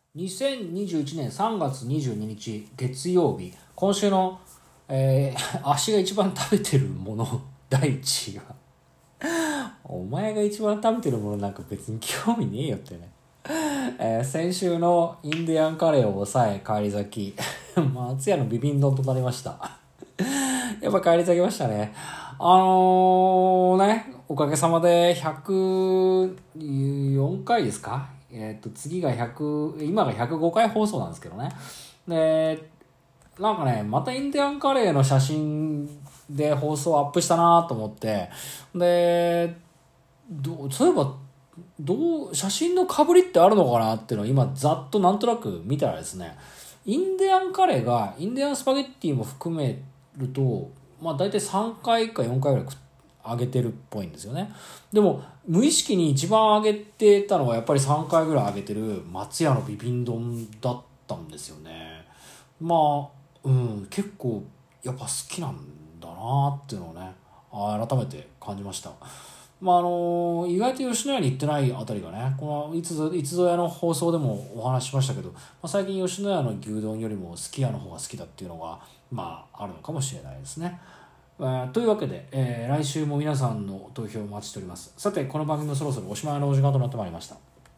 2021年3月22日月曜日、今週の、足が一番食べてるもの第一位はお前が一番食べてるものなんか別に興味ねえよってね、先週のインディアンカレーを抑え返り咲き松屋のビビン丼となりましたやっぱ帰り咲きましたね。おかげさまで104回ですか。次が今が105回放送なんですけどね。で、なんかね、またインディアンカレーの写真で放送アップしたなと思って、で、そういえば、写真の被りってあるのかなっていうのを今ざっとなんとなく見たらですね、インディアンカレーがインディアンスパゲッティも含めると、まあ大体3回か4回ぐらい上げてるっぽいんですよね。でも無意識に一番上げてたのはやっぱり3回ぐらい上げてる松屋のビビン丼だったんですよね。まあ結構やっぱ好きなんだなっていうのをね改めて感じました。まあ意外と吉野家に行ってないあたりがね、このいつぞやの放送でもお話ししましたけど、最近吉野家の牛丼よりもすき家の方が好きだっていうのがあるのかもしれないですね。というわけで、来週も皆さんの投票をお待ちしております。さて、この番組もそろそろおしまいのお時間となってまいりました。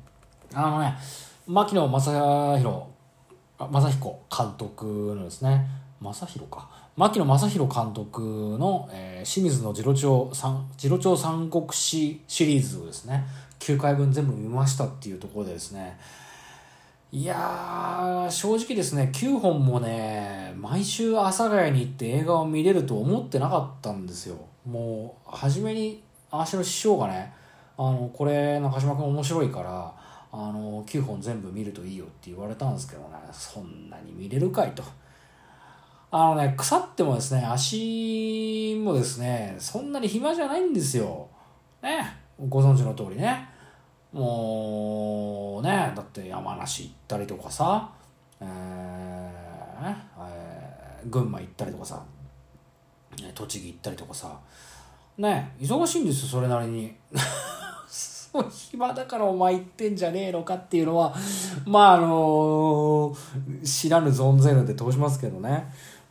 牧野正彦監督のですね、牧野正宏監督の、清水の次郎長三国志シリーズをですね、9回分全部見ましたっていうところでですね、いやー、正直ですね、9本もね、毎週阿佐ヶ谷に行って映画を見れると思ってなかったんですよ。もう、初めに、足の師匠がね、これ、中島君面白いから、9本全部見るといいよって言われたんですけどね、そんなに見れるかいと。腐ってもですね、足もですね、そんなに暇じゃないんですよ。ね、ご存知の通りね。もうね、だって山梨行ったりとかさ、群馬行ったりとかさ、栃木行ったりとかさ、ね、忙しいんですよ、それなりに。そう暇だからお前言ってんじゃねえのかっていうのは知らぬ存ぜぬで通しますけどね。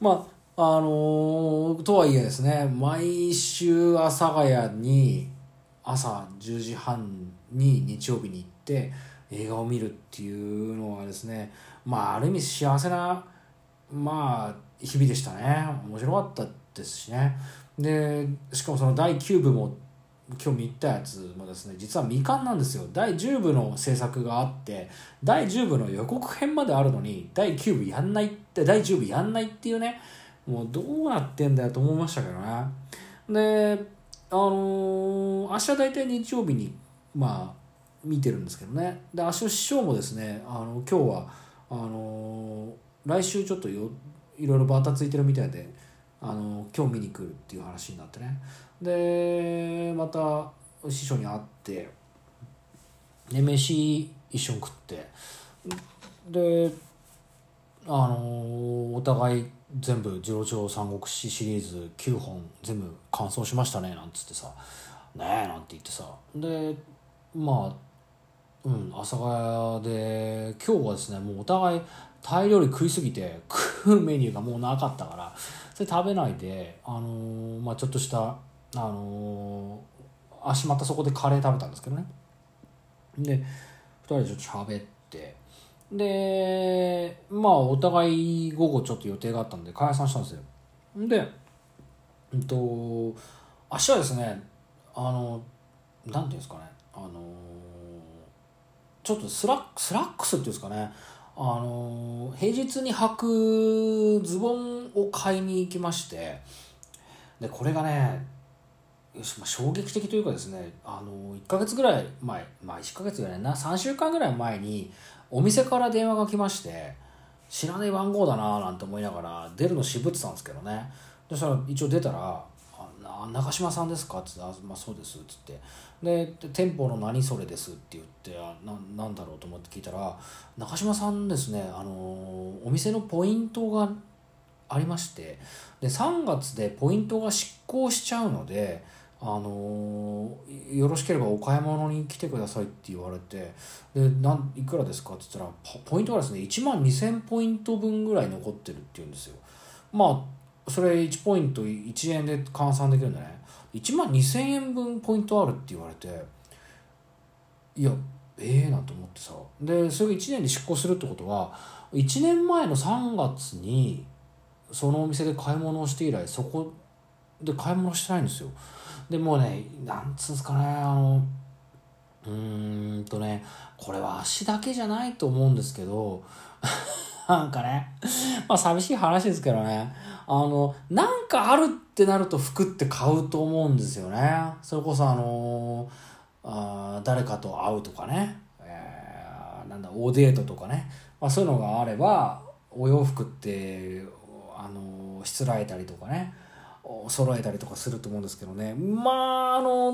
とはいえですね、毎週阿佐ヶ谷に朝10時半に日曜日に行って映画を見るっていうのはですね、ある意味幸せな日々でしたね。面白かったですしね。でしかもその第9部も今日見たやつもですね、実は未完なんですよ。第10部の制作があって第10部の予告編まであるのに第9部やんないって第10部やんないっていうね、もうどうなってんだよと思いましたけどね。で明日大体日曜日に見てるんですけどね。で明日師匠もですね、今日は来週ちょっといろいろバタついてるみたいで今日見に来るっていう話になってね。でまた師匠に会ってで飯一緒に食ってでお互い全部次郎長三国志シリーズ9本全部完走しましたねなんつってさ、ねえなんて言ってさ、で阿佐ヶ谷で今日はですね、もうお互いタイ料理食いすぎて食うメニューがもうなかったからそれ食べないでちょっとしたまたそこでカレー食べたんですけどね。で2人でちょっと喋ってでお互い午後ちょっと予定があったんで解散したんですよ。で明日はですねなんていうんですかね、ちょっとスラックスっていうんですかね、平日に履くズボンを買いに行きまして、でこれがね衝撃的というかですね、1ヶ月ぐらい前1ヶ月ぐらいな3週間ぐらい前にお店から電話が来まして、知らない番号だななんて思いながら出るの渋ってたんですけどね。でそしたら一応出たら中島さんですかって言って、そうですっつって、で店舗の何それですって言ってなんだろうと思って聞いたら、中島さんですね、お店のポイントがありまして、で3月でポイントが失効しちゃうのでよろしければお買い物に来てくださいって言われて、でいくらですかって言ったら、ポイントがですね1万2000ポイント分ぐらい残ってるって言うんですよ。まあそれ1ポイント1円で換算できるんでね、1万2000円分ポイントあるって言われて、いやなんて思ってさ、でそれが1年で失効するってことは、1年前の3月にそのお店で買い物をして以来そこで買い物してないんですよ。でもうね、なんつうんですかね、これは足だけじゃないと思うんですけどなんかね、まあ寂しい話ですけどね、なんかあるってなると服って買うと思うんですよね。それこそ誰かと会うとかね、おデートとかね、まあ、そういうのがあればお洋服ってしつらえたりとかね、揃えたりとかすると思うんですけどね、まあ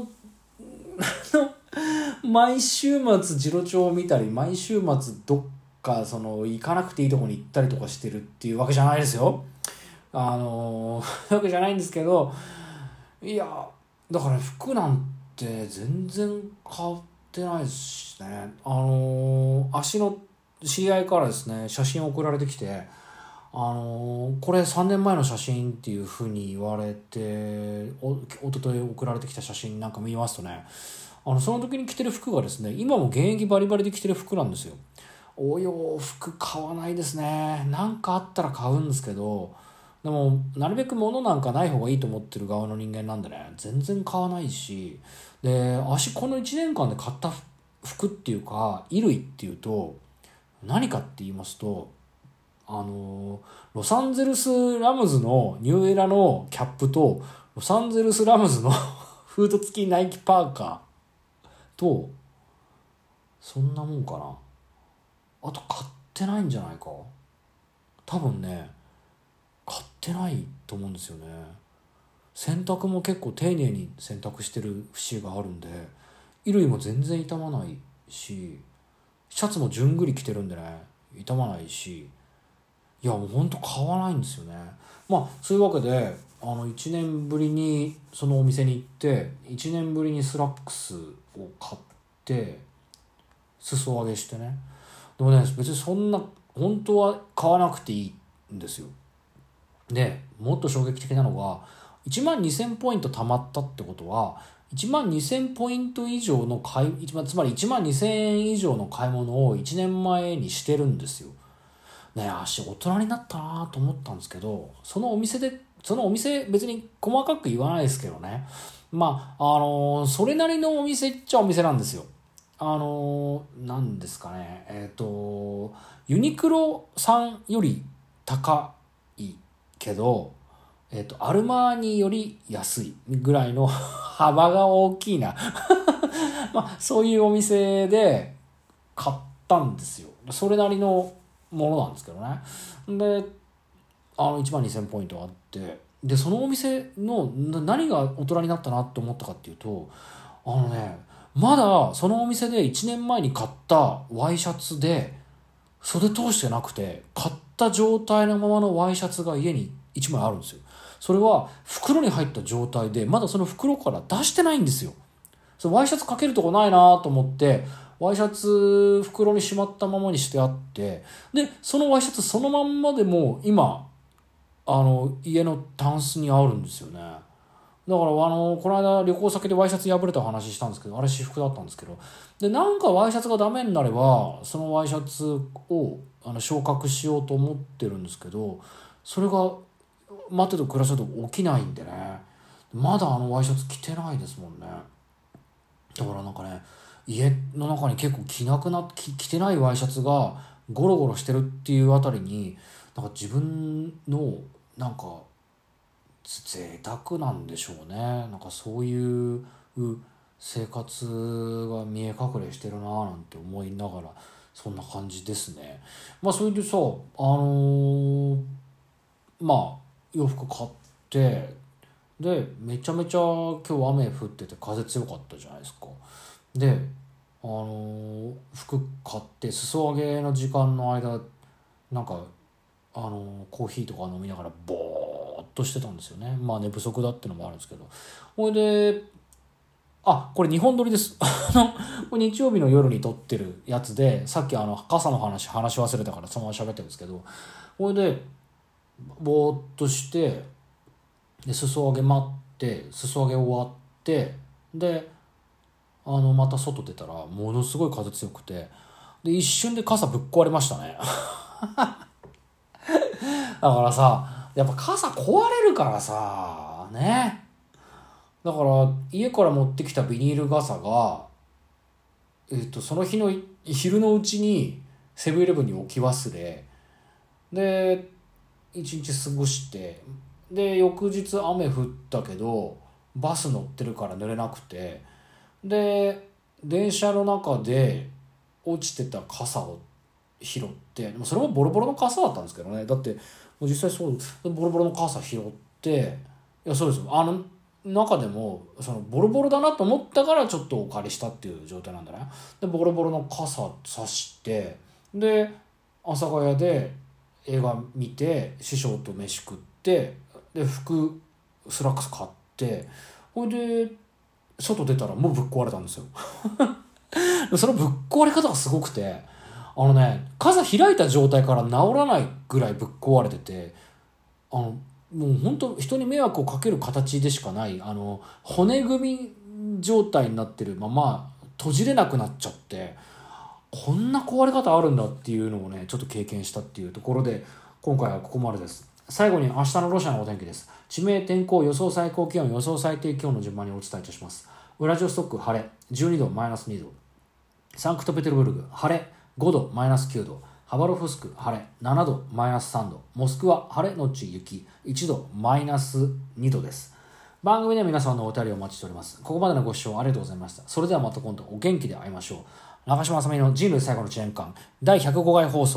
毎週末ジロ帳を見たり、毎週末どっか行かなくていいところに行ったりとかしてるっていうわけじゃないですよ。わけじゃないんですけど、いやだから服なんて全然買ってないですしね。足の知り合いからですね写真送られてきて、これ3年前の写真っていうふうに言われて、おととい送られてきた写真なんか見ますとね、その時に着てる服がですね今も現役バリバリで着てる服なんですよ。お洋服買わないですね。なんかあったら買うんですけど、でもなるべく物なんかない方がいいと思ってる側の人間なんでね、全然買わないし、でこの1年間で買った服っていうか衣類っていうと何かって言いますと、ロサンゼルスラムズのニューエラのキャップとロサンゼルスラムズのフード付きナイキパーカーと、そんなもんかな。あと買ってないんじゃないか。多分ね買ってないと思うんですよね。洗濯も結構丁寧に洗濯してる節があるんで、衣類も全然傷まないし、シャツも順繰り着てるんでね傷まないし、いやもうほんと買わないんですよね。まあそういうわけで1年ぶりにそのお店に行って1年ぶりにスラックスを買って裾上げしてね、でもね別にそんな本当は買わなくていいんですよ。でもっと衝撃的なのが1万2000ポイント貯まったってことは1万2000ポイント以上のつまり1万2000円以上の買い物を1年前にしてるんですよ。ね、大人になったなと思ったんですけど、そのお店別に細かく言わないですけどね、まあそれなりのお店っちゃお店なんですよ。なんですかね、ユニクロさんより高いけど、アルマーニより安いぐらいの幅が大きいなまあそういうお店で買ったんですよ。それなりのものなんですけどね。で1万2000ポイントあって、でそのお店の何が大人になったなって思ったかっていうと、まだそのお店で1年前に買ったワイシャツで袖通してなくて、買った状態のままのワイシャツが家に1枚あるんですよ。それは袋に入った状態でまだその袋から出してないんですよ。そのワイシャツかけるとこないなと思ってワイシャツ袋にしまったままにしてあって、でそのワイシャツそのまんまでも今家のタンスにあるんですよね。だからこの間旅行先でワイシャツ破れた話したんですけど、あれ私服だったんですけど、でなんかワイシャツがダメになればそのワイシャツを昇格しようと思ってるんですけど、それが待ってと暮らせと起きないんでね、まだワイシャツ着てないですもんね。だからなんかね、家の中に結構着てないワイシャツがゴロゴロしてるっていうあたりに、なんか自分のなんか贅沢なんでしょうね。なんかそういう生活が見え隠れしてるなぁなんて思いながら、そんな感じですね。まあそれでさ、まあ洋服買って、でめちゃめちゃ今日雨降ってて風強かったじゃないですか。で服買って裾上げの時間の間なんかコーヒーとか飲みながらボーっとしてたんですよね。まあ寝不足だってのもあるんですけど、ほいでこれ2本撮りです。これ日曜日の夜に撮ってるやつで、さっき傘の話し忘れたからそのまま喋ってるんですけど、これで、ぼーっとして、で、裾上げ待って、裾上げ終わって、で、また外出たら、ものすごい風強くて、で、一瞬で傘ぶっ壊れましたね。だからさ、やっぱ傘壊れるからさ、ね。だから家から持ってきたビニール傘が、その日の昼のうちにセブンイレブンに置き忘れ、で、一日過ごして、で、翌日雨降ったけど、バス乗ってるから濡れなくて、で、電車の中で落ちてた傘を拾って、でもそれもボロボロの傘だったんですけどね。だってもう実際そうボロボロの傘拾って、いやそうですよ、中でもそのボロボロだなと思ったからちょっとお借りしたっていう状態なんだね。でボロボロの傘さして、で阿佐ヶ谷で映画見て師匠と飯食って、で服スラックス買って、ほいで外出たらもうぶっ壊れたんですよ。そのぶっ壊れ方がすごくて、傘開いた状態から治らないぐらいぶっ壊れてて、もう本当人に迷惑をかける形でしかない、骨組み状態になってるまま閉じれなくなっちゃって、こんな壊れ方あるんだっていうのをね、ちょっと経験したっていうところで、今回はここまでです。最後に明日のロシアのお天気です。地名、天候、予想最高気温、予想最低気温の順番にお伝えいたします。ウラジオストック晴れ12度マイナス2度、サンクトペテルブルグ晴れ5度マイナス9度、ハバロフスク晴れ7度マイナス3度、モスクワ晴れのち雪1度マイナス2度です。番組では皆さんのお便りをお待ちしております。ここまでのご視聴ありがとうございました。それではまた今度お元気で会いましょう。中島あさみの人類最後の知念館第105回放送